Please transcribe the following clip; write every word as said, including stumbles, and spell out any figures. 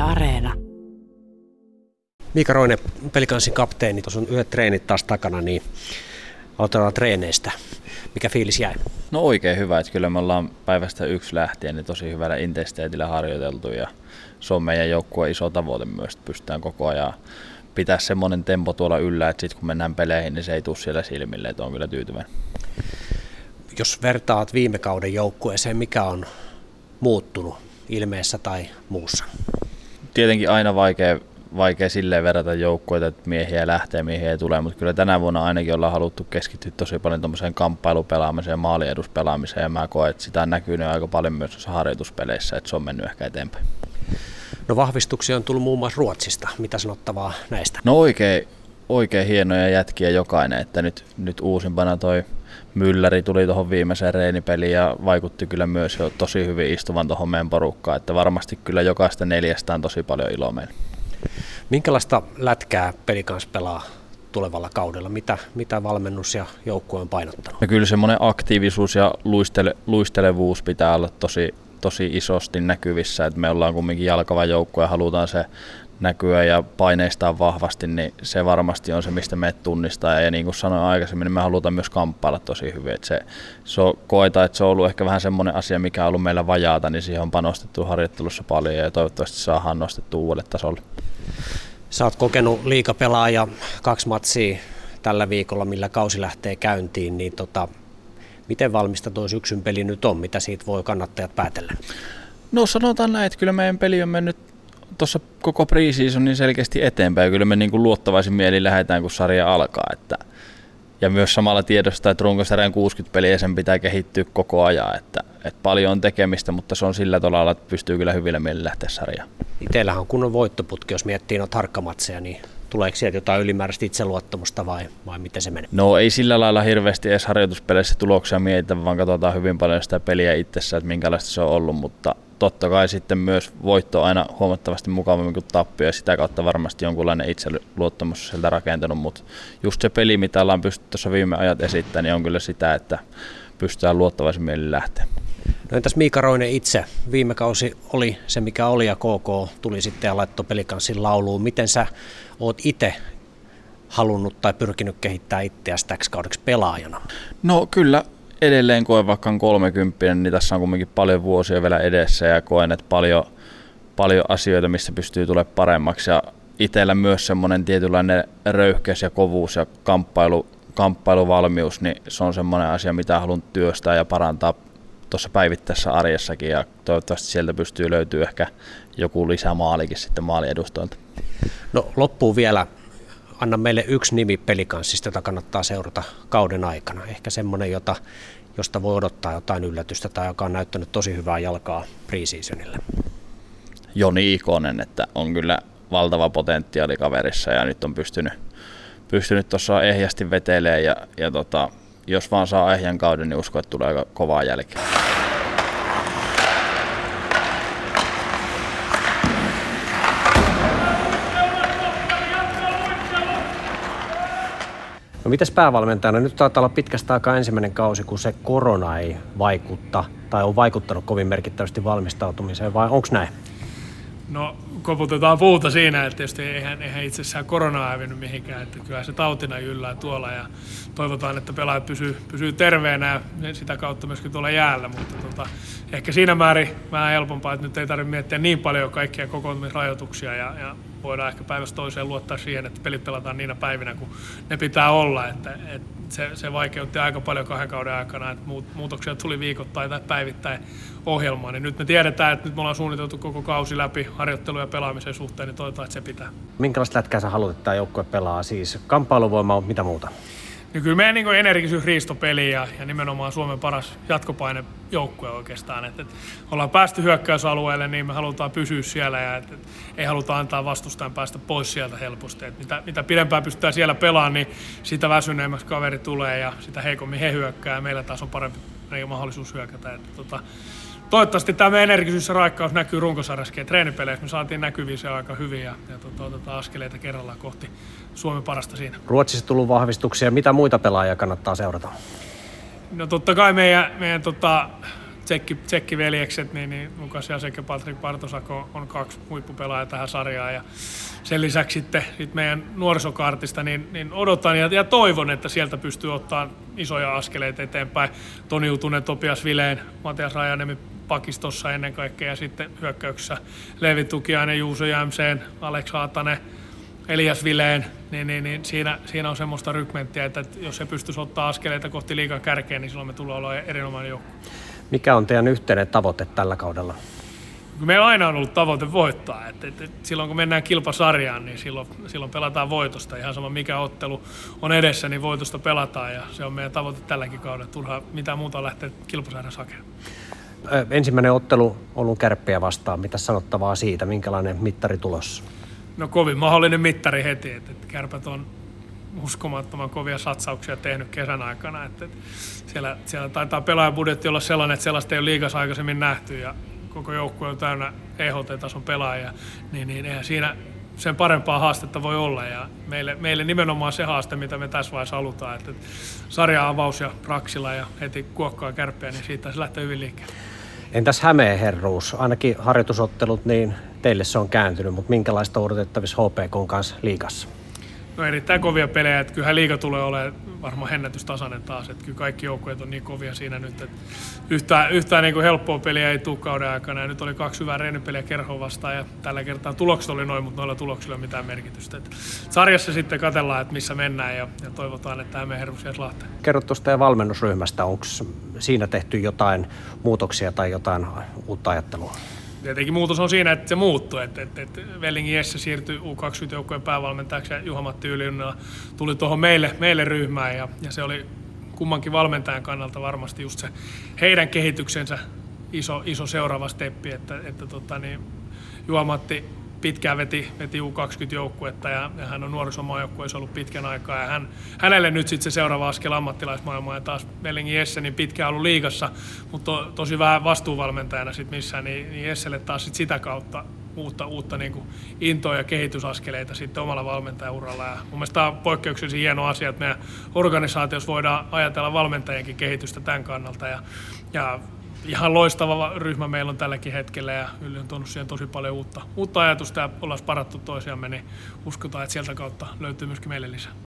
Areena. Miika Roine, Pelikansin kapteeni, tuossa on yhdet treenit taas takana, niin aloitetaan treeneistä. Mikä fiilis jäi? No oikein hyvä, että kyllä me ollaan päivästä yksi lähtien niin tosi hyvällä intensiteetillä harjoiteltu ja se on meidän joukkueen iso tavoite myös, että pystytään koko ajan pitää semmoinen tempo tuolla yllä, että sitten kun mennään peleihin, niin se ei tule siellä silmille, että on kyllä tyytyväinen. Jos vertaat viime kauden joukkueeseen, mikä on muuttunut ilmeessä tai muussa? Tietenkin aina vaikea, vaikea silleen verrata joukkueita, että miehiä lähtee, miehiä tulee, mutta kyllä tänä vuonna ainakin ollaan haluttu keskittyä tosi paljon tuommoiseen kamppailuPelaamiseen ja maalieduspelaamiseen, ja mä koen, että sitä on näkynyt aika paljon myös harjoituspeleissä, että se on mennyt ehkä eteenpäin. No vahvistuksia on tullut muun muassa Ruotsista. Mitä sanottavaa näistä? No oikein, oikein hienoja jätkiä jokainen, että nyt, nyt uusimpana toi Mylläri tuli tuohon viimeiseen reenipeliin ja vaikutti kyllä myös jo tosi hyvin istuvan tuohon meidän porukkaan, että varmasti kyllä jokaista neljästä on tosi paljon iloa meille. Minkälaista lätkää Pelikans pelaa tulevalla kaudella? Mitä, mitä valmennus ja joukkue on painottanut? No kyllä semmoinen aktiivisuus ja luistele, luistelevuus pitää olla tosi, tosi isosti näkyvissä, että me ollaan kumminkin jalkava joukkue ja halutaan se näkyä ja paineistaa vahvasti, niin se varmasti on se, mistä meidät tunnistaa. Ja niin kuin sanoin aikaisemmin, niin me halutaan myös kamppailla tosi hyvin. Että se, se on, koetaan, että se on ollut ehkä vähän semmoinen asia, mikä on ollut meillä vajaata, niin siihen on panostettu harjoittelussa paljon ja toivottavasti saadaan nostettua uudelle tasolle. Sä oot kokenut liigapelaaja kaksi matsia tällä viikolla, millä kausi lähtee käyntiin, niin tota, miten valmista tuo syksyn peli nyt on? Mitä siitä voi kannattajat päätellä? No sanotaan näin, että kyllä meidän peli on mennyt tuossa koko pre-seasonin selkeästi eteenpäin. Kyllä me niin kuin luottavaisin mieli lähdetään, kun sarja alkaa. Että, ja myös samalla tiedostaa, että runkosarjan kuusikymmentä peliä sen pitää kehittyä koko ajan. Että, että paljon on tekemistä, mutta se on sillä tavalla, että pystyy kyllä hyvillä mielin lähteä sarjaan. Itsellähän on kunnon voittoputki, jos miettii noita harkkamatseja, niin tuleeko sieltä jotain ylimääräistä itseluottamusta vai, vai miten se menee? No ei sillä lailla hirveästi edes harjoituspeleissä tuloksia mietitä, vaan katsotaan hyvin paljon sitä peliä itsessä, että minkälaista se on ollut, mutta totta kai sitten myös voitto on aina huomattavasti mukavammin kuin tappio ja sitä kautta varmasti jonkunlainen itseluottamus sieltä rakentunut, mutta just se peli, mitä ollaan pystytty tuossa viime ajat esittämään, niin on kyllä sitä, että pystytään luottavaisin mielin lähteä. No entäs Miika Roine itse? Viime kausi oli se mikä oli ja K K tuli sitten ja laittoi Pelikanssin lauluun. Miten sä oot itse halunnut tai pyrkinyt kehittää itseäsi täksi kaudeksi pelaajana? No kyllä edelleen koen, vaikka on kolmekymppinen, niin tässä on kuitenkin paljon vuosia vielä edessä ja koen, että paljon, paljon asioita, missä pystyy tulemaan paremmaksi. Ja itsellä myös semmoinen tietynlainen röyhkeys ja kovuus ja kamppailu, kamppailuvalmius, niin se on semmoinen asia, mitä haluan työstää ja parantaa tuossa päivittäisessä arjessakin ja toivottavasti sieltä pystyy löytyy ehkä joku lisämaalikin sitten maaliedustoilta. No loppuun vielä, anna meille yksi nimi Pelikanssista, jota kannattaa seurata kauden aikana. Ehkä semmoinen, jota, josta voi odottaa jotain yllätystä tai joka on näyttänyt tosi hyvää jalkaa pre-seasonille. Joni Ikonen, että on kyllä valtava potentiaali kaverissa ja nyt on pystynyt pystynyt tuossa ehjästi vetelemään ja, ja tota, jos vaan saa ehjän kauden, niin uskon, että tulee aika kovaa jälkeä. No mites päävalmentajana? Nyt taitaa olla pitkästä aikaa ensimmäinen kausi, kun se korona ei vaikutta tai on vaikuttanut kovin merkittävästi valmistautumiseen, vai onko näin? No koputetaan puuta siinä, että tietysti eihän, eihän itsessään korona hävinnyt mihinkään, että kyllä se tautina yllää tuolla ja toivotaan, että pelaajat pysyy, pysyy terveenä ja sitä kautta myöskin tuolla jäällä, mutta tota, ehkä siinä määrin vähän helpompaa, että nyt ei tarvitse miettiä niin paljon kaikkia kokoontumisrajoituksia ja, ja voidaan ehkä päivästä toiseen luottaa siihen, että pelit pelataan niinä päivinä, kun ne pitää olla, että, että se, se vaikeutti aika paljon kahden kauden aikana, että muutoksia tuli viikoittain tai päivittäin ohjelmaan, niin nyt me tiedetään, että nyt me ollaan suunniteltu koko kausi läpi harjoittelu- ja pelaamisen suhteen, niin toivotaan, että se pitää. Minkälaista lätkää sä haluat, että tämä joukkue pelaa? Siis kamppailuvoima on mitä muuta? Niin kyllä meidän niin energisyys riistopeli ja, ja nimenomaan Suomen paras jatkopaine joukkue oikeastaan. Et, et ollaan päästy hyökkäysalueelle, niin me halutaan pysyä siellä ja et, et ei haluta antaa vastustajan päästä pois sieltä helposti. Et mitä, mitä pidempään pystytään siellä pelaamaan, niin sitä väsyneemmäksi kaveri tulee ja sitä heikommin he hyökkää ja meillä taas on parempi mahdollisuus hyökätä. Et, tota, toivottavasti tämä meidän energisyys ja raikkaus näkyy runkosarjassakin ja treenipeleissä. Me saatiin näkyviä se aika hyvin ja, ja tota, otetaan askeleita kerrallaan kohti Suomen parasta siinä. Ruotsissa tullut vahvistuksia. Mitä muita pelaajia kannattaa seurata? No totta kai meidän, meidän tota, tsekki, tsekkiveljekset, niin, niin Lukas Jasek ja Patrik Bartosako on kaksi huippupelaajaa tähän sarjaan. Ja sen lisäksi sitten sit meidän nuorisokartista niin, niin odotan ja, ja toivon, että sieltä pystyy ottaa isoja askeleita eteenpäin. Toni Utunen, Topias Vileen, Matias Rajaniemi pakistossa ennen kaikkea ja sitten hyökkäyksessä Leevi Tukiainen, Juuso Jämseen, Alex Haatanen, Elias Vileen, niin, niin, niin siinä, siinä on semmoista rykmenttiä, että jos se pystyisi ottaa askeleita kohti liigan kärkeä, niin silloin me tullaan olla erinomainen joukko. Mikä on teidän yhteinen tavoite tällä kaudella? Meillä aina on ollut tavoite voittaa. Et, et, et silloin kun mennään kilpasarjaan, niin silloin, silloin pelataan voitosta. Ihan sama mikä ottelu on edessä, niin voitosta pelataan ja se on meidän tavoite tälläkin kaudella. Turhaa mitään muuta lähteä kilpasarjassa hakemaan. Ensimmäinen ottelu Oulun Kärppiä vastaan. Mitä sanottavaa siitä? Minkälainen mittari tulossa? No kovin mahdollinen mittari heti. Et, et Kärpät on uskomattoman kovia satsauksia tehnyt kesän aikana. Et, et siellä, siellä taitaa pelaajabudjetti olla sellainen, että sellaista ei ole liigassa aikaisemmin nähty. Ja koko joukkue on täynnä E H T-tason pelaajia, niin, niin eihän siinä sen parempaa haastetta voi olla. Ja meille, meille nimenomaan se haaste, mitä me tässä vaiheessa halutaan, että sarja-avaus ja Praksila ja heti kuokkaa Kärppiä, niin siitä se lähtee hyvin liikkeelle. Entäs Hämeen herruus? Ainakin harjoitusottelut, niin teille se on kääntynyt, mutta minkälaista odotettavissa H P K:n kanssa liigassa? No erittäin kovia pelejä, että kyllähän liiga tulee olemaan varmaan ennätystasainen taas, että kyllä kaikki joukkueet on niin kovia siinä nyt, että yhtään, yhtään niin kuin helppoa peliä ei tule kauden aikana ja nyt oli kaksi hyvää reenipeliä Kerhoa vastaan ja tällä kertaa tulokset oli noin, mutta noilla tuloksilla ei ole mitään merkitystä. Että sarjassa sitten katsellaan, että missä mennään ja, ja toivotaan, että Hämeen herruus jäisi Lahteen. Kerro tuosta ja valmennusryhmästä, onko siinä tehty jotain muutoksia tai jotain uutta ajattelua? Tietenkin muutos on siinä, että se muuttui, että, että, että Vellingin Jesse siirtyi U kaksikymmentä-joukkojen päävalmentajaksi ja Juha-Matti Ylijunnila tuli tuohon meille, meille ryhmään ja, ja se oli kummankin valmentajan kannalta varmasti just se heidän kehityksensä iso, iso seuraava steppi, että, että tota, niin Juha-Matti pitkään veti, veti U kaksikymmentä-joukkuetta ja, ja hän on nuorisomaajoukkueessa ollut pitkän aikaa ja hän, hänelle nyt sitten se seuraava askel ammattilaismaailmaan ja taas Vellingin Jesse niin pitkään ollut liigassa, mutta to, tosi vähän vastuuvalmentajana sitten missään, niin, niin Jesselle taas sit sitä kautta uutta, uutta niin kuin intoa ja kehitysaskeleita sitten omalla valmentajauralla ja mun mielestä tämä on poikkeuksellisen hieno asia, että meidän organisaatiossa voidaan ajatella valmentajienkin kehitystä tämän kannalta ja, ja ihan loistava ryhmä meillä on tälläkin hetkellä ja Ylli on tuonut siihen tosi paljon uutta, uutta ajatusta ja ollaan parattu toisiamme, niin uskotaan, että sieltä kautta löytyy myöskin meille lisää.